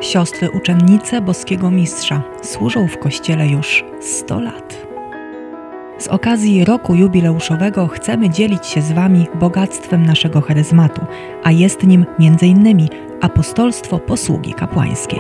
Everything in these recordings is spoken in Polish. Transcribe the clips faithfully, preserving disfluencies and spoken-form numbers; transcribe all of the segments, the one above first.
Siostry uczennice boskiego mistrza służą w kościele już sto lat. Z okazji roku jubileuszowego chcemy dzielić się z Wami bogactwem naszego charyzmatu, a jest nim między innymi apostolstwo posługi kapłańskiej.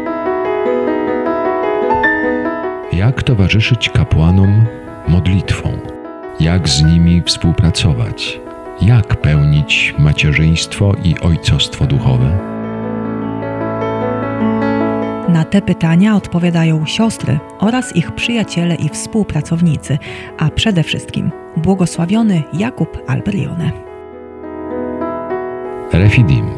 Jak towarzyszyć kapłanom modlitwą? Jak z nimi współpracować? Jak pełnić macierzyństwo i ojcostwo duchowe? Na te pytania odpowiadają siostry oraz ich przyjaciele i współpracownicy, a przede wszystkim błogosławiony Jakub Alberione. Refidim.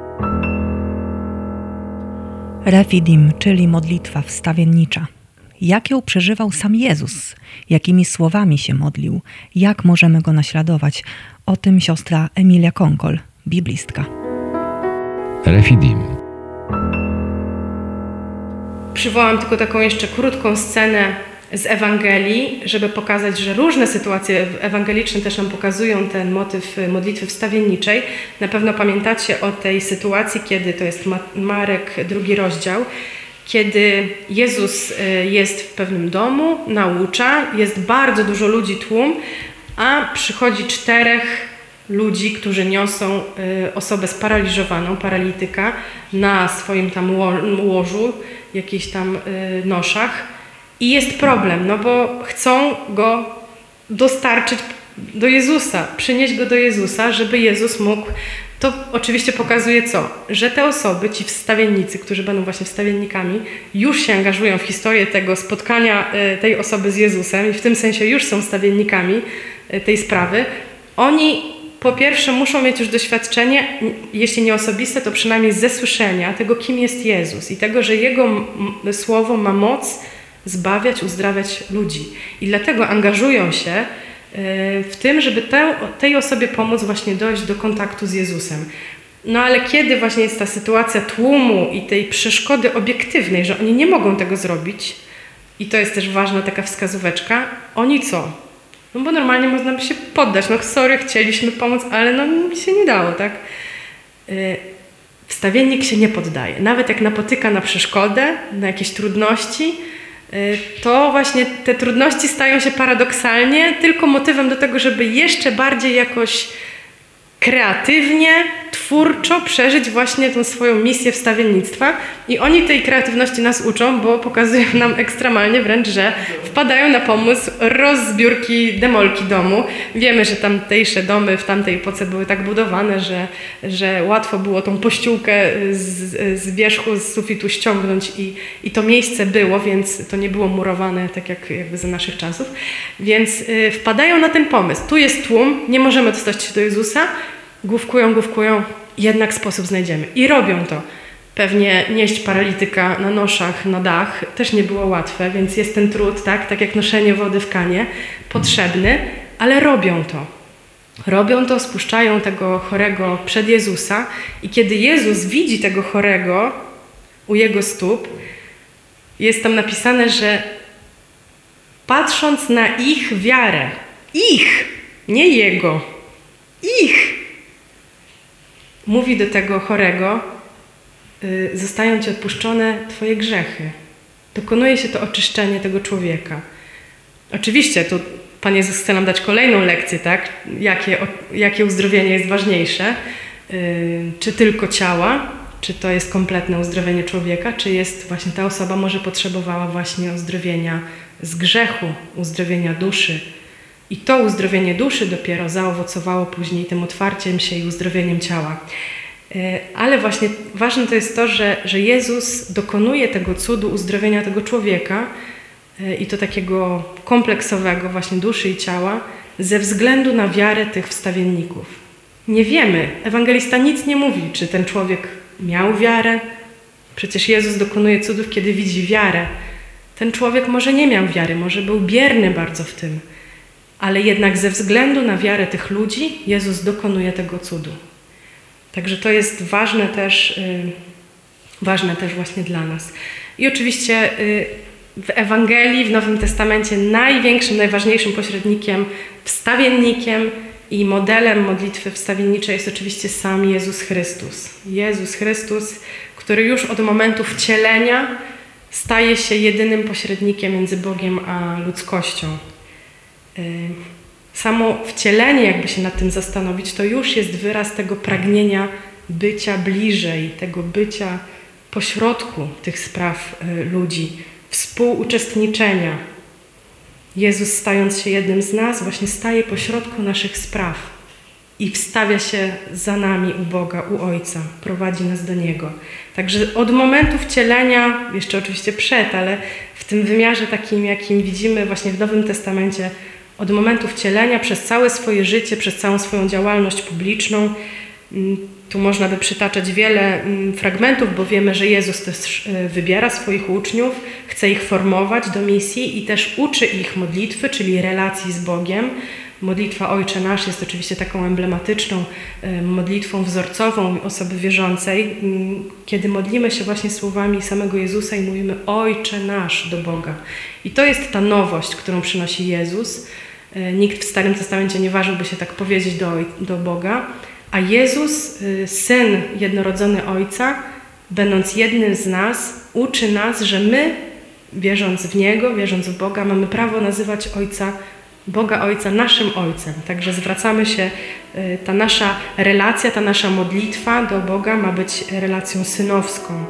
Refidim, czyli modlitwa wstawiennicza. Jak ją przeżywał sam Jezus? Jakimi słowami się modlił? Jak możemy Go naśladować? O tym siostra Emilia Konkol, biblistka. Refidim. Przywołam tylko taką jeszcze krótką scenę z Ewangelii, żeby pokazać, że różne sytuacje ewangeliczne też nam pokazują ten motyw modlitwy wstawienniczej. Na pewno pamiętacie o tej sytuacji, kiedy to jest Marek, drugi rozdział, kiedy Jezus jest w pewnym domu, naucza, jest bardzo dużo ludzi, tłum, a przychodzi czterech ludzi, którzy niosą osobę sparaliżowaną, paralityka, na swoim tam łożu, jakichś tam noszach. I jest problem, no bo chcą go dostarczyć do Jezusa, przynieść go do Jezusa, żeby Jezus mógł. To oczywiście pokazuje co? Że te osoby, ci wstawiennicy, którzy będą właśnie wstawiennikami, już się angażują w historię tego spotkania tej osoby z Jezusem i w tym sensie już są wstawiennikami tej sprawy. Oni po pierwsze muszą mieć już doświadczenie, jeśli nie osobiste, to przynajmniej ze słyszenia tego, kim jest Jezus i tego, że Jego słowo ma moc zbawiać, uzdrawiać ludzi. I dlatego angażują się w tym, żeby te, tej osobie pomóc właśnie dojść do kontaktu z Jezusem. No ale kiedy właśnie jest ta sytuacja tłumu i tej przeszkody obiektywnej, że oni nie mogą tego zrobić, i to jest też ważna taka wskazóweczka, oni co? No bo normalnie można by się poddać. No sorry, chcieliśmy pomóc, ale no się nie dało, tak? Wstawiennik się nie poddaje. Nawet jak napotyka na przeszkodę, na jakieś trudności, to właśnie te trudności stają się paradoksalnie tylko motywem do tego, żeby jeszcze bardziej jakoś kreatywnie, twórczo przeżyć właśnie tą swoją misję wstawiennictwa. I oni tej kreatywności nas uczą, bo pokazują nam ekstremalnie wręcz, że wpadają na pomysł rozbiórki demolki domu. Wiemy, że tamtejsze domy w tamtej epoce były tak budowane, że, że łatwo było tą pościółkę z, z wierzchu, z sufitu ściągnąć i, i to miejsce było, więc to nie było murowane tak jak jakby za naszych czasów. Więc y, wpadają na ten pomysł. Tu jest tłum, nie możemy dostać się do Jezusa, główkują, główkują, jednak sposób znajdziemy. I robią to. Pewnie nieść paralityka na noszach, na dach też nie było łatwe, więc jest ten trud, tak, tak jak noszenie wody w kanie, potrzebny, ale robią to. Robią to, spuszczają tego chorego przed Jezusa i kiedy Jezus widzi tego chorego u Jego stóp, jest tam napisane, że patrząc na ich wiarę, ich, nie Jego, ich, mówi do tego chorego, y, zostają Ci odpuszczone Twoje grzechy. Dokonuje się to oczyszczenie tego człowieka. Oczywiście tu Pan Jezus chce nam dać kolejną lekcję, tak? Jakie, o, jakie uzdrowienie jest ważniejsze. Y, czy tylko ciała, czy to jest kompletne uzdrowienie człowieka, czy jest właśnie ta osoba może potrzebowała właśnie uzdrowienia z grzechu, uzdrowienia duszy. I to uzdrowienie duszy dopiero zaowocowało później tym otwarciem się i uzdrowieniem ciała. Ale właśnie ważne to jest to, że, że Jezus dokonuje tego cudu uzdrowienia tego człowieka i to takiego kompleksowego właśnie duszy i ciała ze względu na wiarę tych wstawienników. Nie wiemy, ewangelista nic nie mówi, czy ten człowiek miał wiarę. Przecież Jezus dokonuje cudów, kiedy widzi wiarę. Ten człowiek może nie miał wiary, może był bierny bardzo w tym. Ale jednak ze względu na wiarę tych ludzi Jezus dokonuje tego cudu. Także to jest ważne też, yy, ważne też właśnie dla nas. I oczywiście yy, w Ewangelii, w Nowym Testamencie największym, najważniejszym pośrednikiem, wstawiennikiem i modelem modlitwy wstawienniczej jest oczywiście sam Jezus Chrystus. Jezus Chrystus, który już od momentu wcielenia staje się jedynym pośrednikiem między Bogiem a ludzkością. Samo wcielenie, jakby się nad tym zastanowić, to już jest wyraz tego pragnienia bycia bliżej, tego bycia pośrodku tych spraw ludzi, współuczestniczenia. Jezus, stając się jednym z nas, właśnie staje pośrodku naszych spraw i wstawia się za nami u Boga, u Ojca, prowadzi nas do Niego. Także od momentu wcielenia, jeszcze oczywiście przed, ale w tym wymiarze takim, jakim widzimy właśnie w Nowym Testamencie, od momentu wcielenia przez całe swoje życie, przez całą swoją działalność publiczną, tu można by przytaczać wiele fragmentów, bo wiemy, że Jezus też wybiera swoich uczniów, chce ich formować do misji i też uczy ich modlitwy, czyli relacji z Bogiem. Modlitwa Ojcze Nasz jest oczywiście taką emblematyczną modlitwą wzorcową osoby wierzącej, kiedy modlimy się właśnie słowami samego Jezusa i mówimy Ojcze Nasz do Boga. I to jest ta nowość, którą przynosi Jezus. Nikt w Starym Testamencie nie ważyłby się tak powiedzieć do, do Boga, a Jezus, Syn jednorodzony Ojca, będąc jednym z nas, uczy nas, że my, wierząc w Niego, wierząc w Boga, mamy prawo nazywać Ojca, Boga Ojca naszym Ojcem. Także zwracamy się, ta nasza relacja, ta nasza modlitwa do Boga ma być relacją synowską.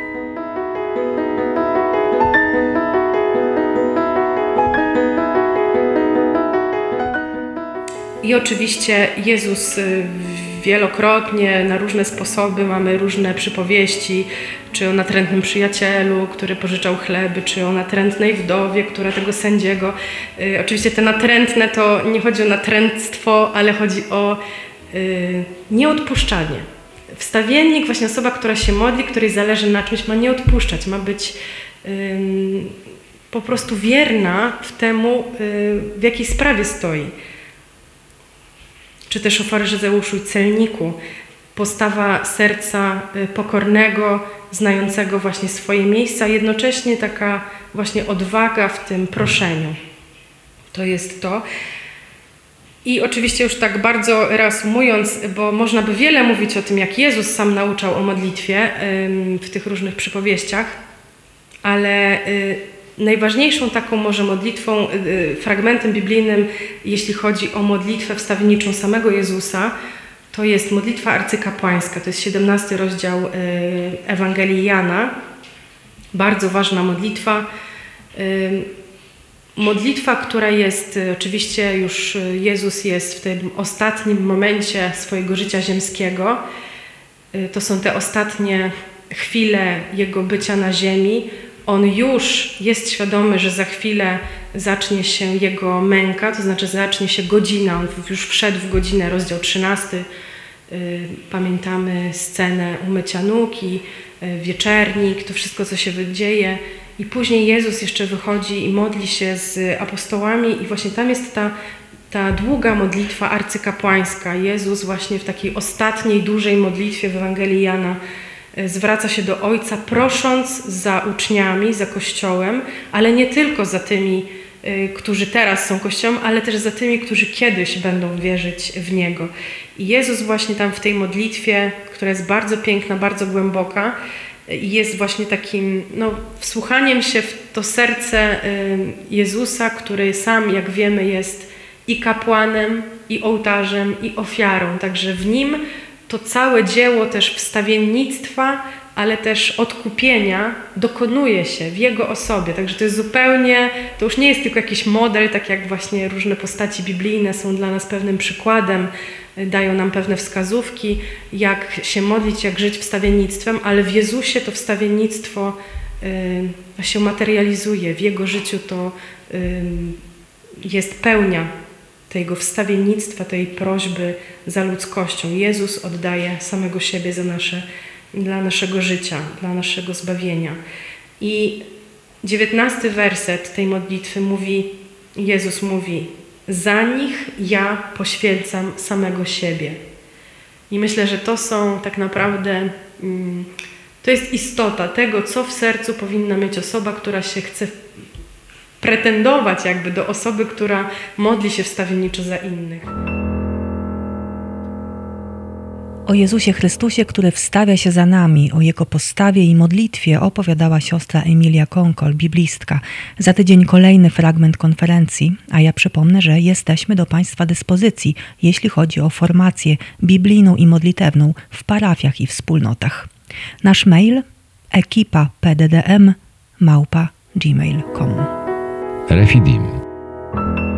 I oczywiście Jezus wielokrotnie, na różne sposoby, mamy różne przypowieści, czy o natrętnym przyjacielu, który pożyczał chleby, czy o natrętnej wdowie, która tego sędziego. Y, oczywiście te natrętne to nie chodzi o natręctwo, ale chodzi o y, nieodpuszczanie. Wstawiennik, właśnie osoba, która się modli, której zależy na czymś, ma nie odpuszczać, ma być y, po prostu wierna w temu, y, w jakiej sprawie stoi. Czy też o faryzeuszu i celniku. Postawa serca pokornego, znającego właśnie swoje miejsca, a jednocześnie taka właśnie odwaga w tym proszeniu. To jest to. I oczywiście już tak bardzo reasumując, bo można by wiele mówić o tym, jak Jezus sam nauczał o modlitwie w tych różnych przypowieściach, ale najważniejszą taką może modlitwą, fragmentem biblijnym, jeśli chodzi o modlitwę wstawienniczą samego Jezusa, to jest modlitwa arcykapłańska. To jest siedemnasty rozdział Ewangelii Jana. Bardzo ważna modlitwa. Modlitwa, która jest, oczywiście już Jezus jest w tym ostatnim momencie swojego życia ziemskiego. To są te ostatnie chwile Jego bycia na ziemi. On już jest świadomy, że za chwilę zacznie się Jego męka, to znaczy zacznie się godzina. On już wszedł w godzinę, rozdział trzynasty. Pamiętamy scenę umycia nóg i wieczernik, to wszystko, co się dzieje. I później Jezus jeszcze wychodzi i modli się z apostołami i właśnie tam jest ta, ta długa modlitwa arcykapłańska. Jezus właśnie w takiej ostatniej, dużej modlitwie w Ewangelii Jana zwraca się do Ojca, prosząc za uczniami, za Kościołem, ale nie tylko za tymi, którzy teraz są Kościołem, ale też za tymi, którzy kiedyś będą wierzyć w Niego. I Jezus właśnie tam w tej modlitwie, która jest bardzo piękna, bardzo głęboka, jest właśnie takim no, wsłuchaniem się w to serce Jezusa, który sam, jak wiemy, jest i kapłanem, i ołtarzem, i ofiarą. Także w Nim to całe dzieło też wstawiennictwa, ale też odkupienia dokonuje się w Jego osobie. Także to jest zupełnie, to już nie jest tylko jakiś model, tak jak właśnie różne postaci biblijne są dla nas pewnym przykładem, dają nam pewne wskazówki, jak się modlić, jak żyć wstawiennictwem, ale w Jezusie to wstawiennictwo y, się materializuje. W Jego życiu to y, jest pełnia tego wstawiennictwa, tej prośby za ludzkością. Jezus oddaje samego siebie za nasze, dla naszego życia, dla naszego zbawienia. I dziewiętnasty werset tej modlitwy mówi, Jezus mówi: za nich ja poświęcam samego siebie. I myślę, że to są tak naprawdę, to jest istota tego, co w sercu powinna mieć osoba, która się chce pretendować jakby do osoby, która modli się wstawienniczo za innych. O Jezusie Chrystusie, który wstawia się za nami, o Jego postawie i modlitwie opowiadała siostra Emilia Konkol, biblistka. Za tydzień kolejny fragment konferencji, a ja przypomnę, że jesteśmy do Państwa dyspozycji, jeśli chodzi o formację biblijną i modlitewną w parafiach i wspólnotach. Nasz mail ekipa p d d m małpa gmail kropka com. Refidim.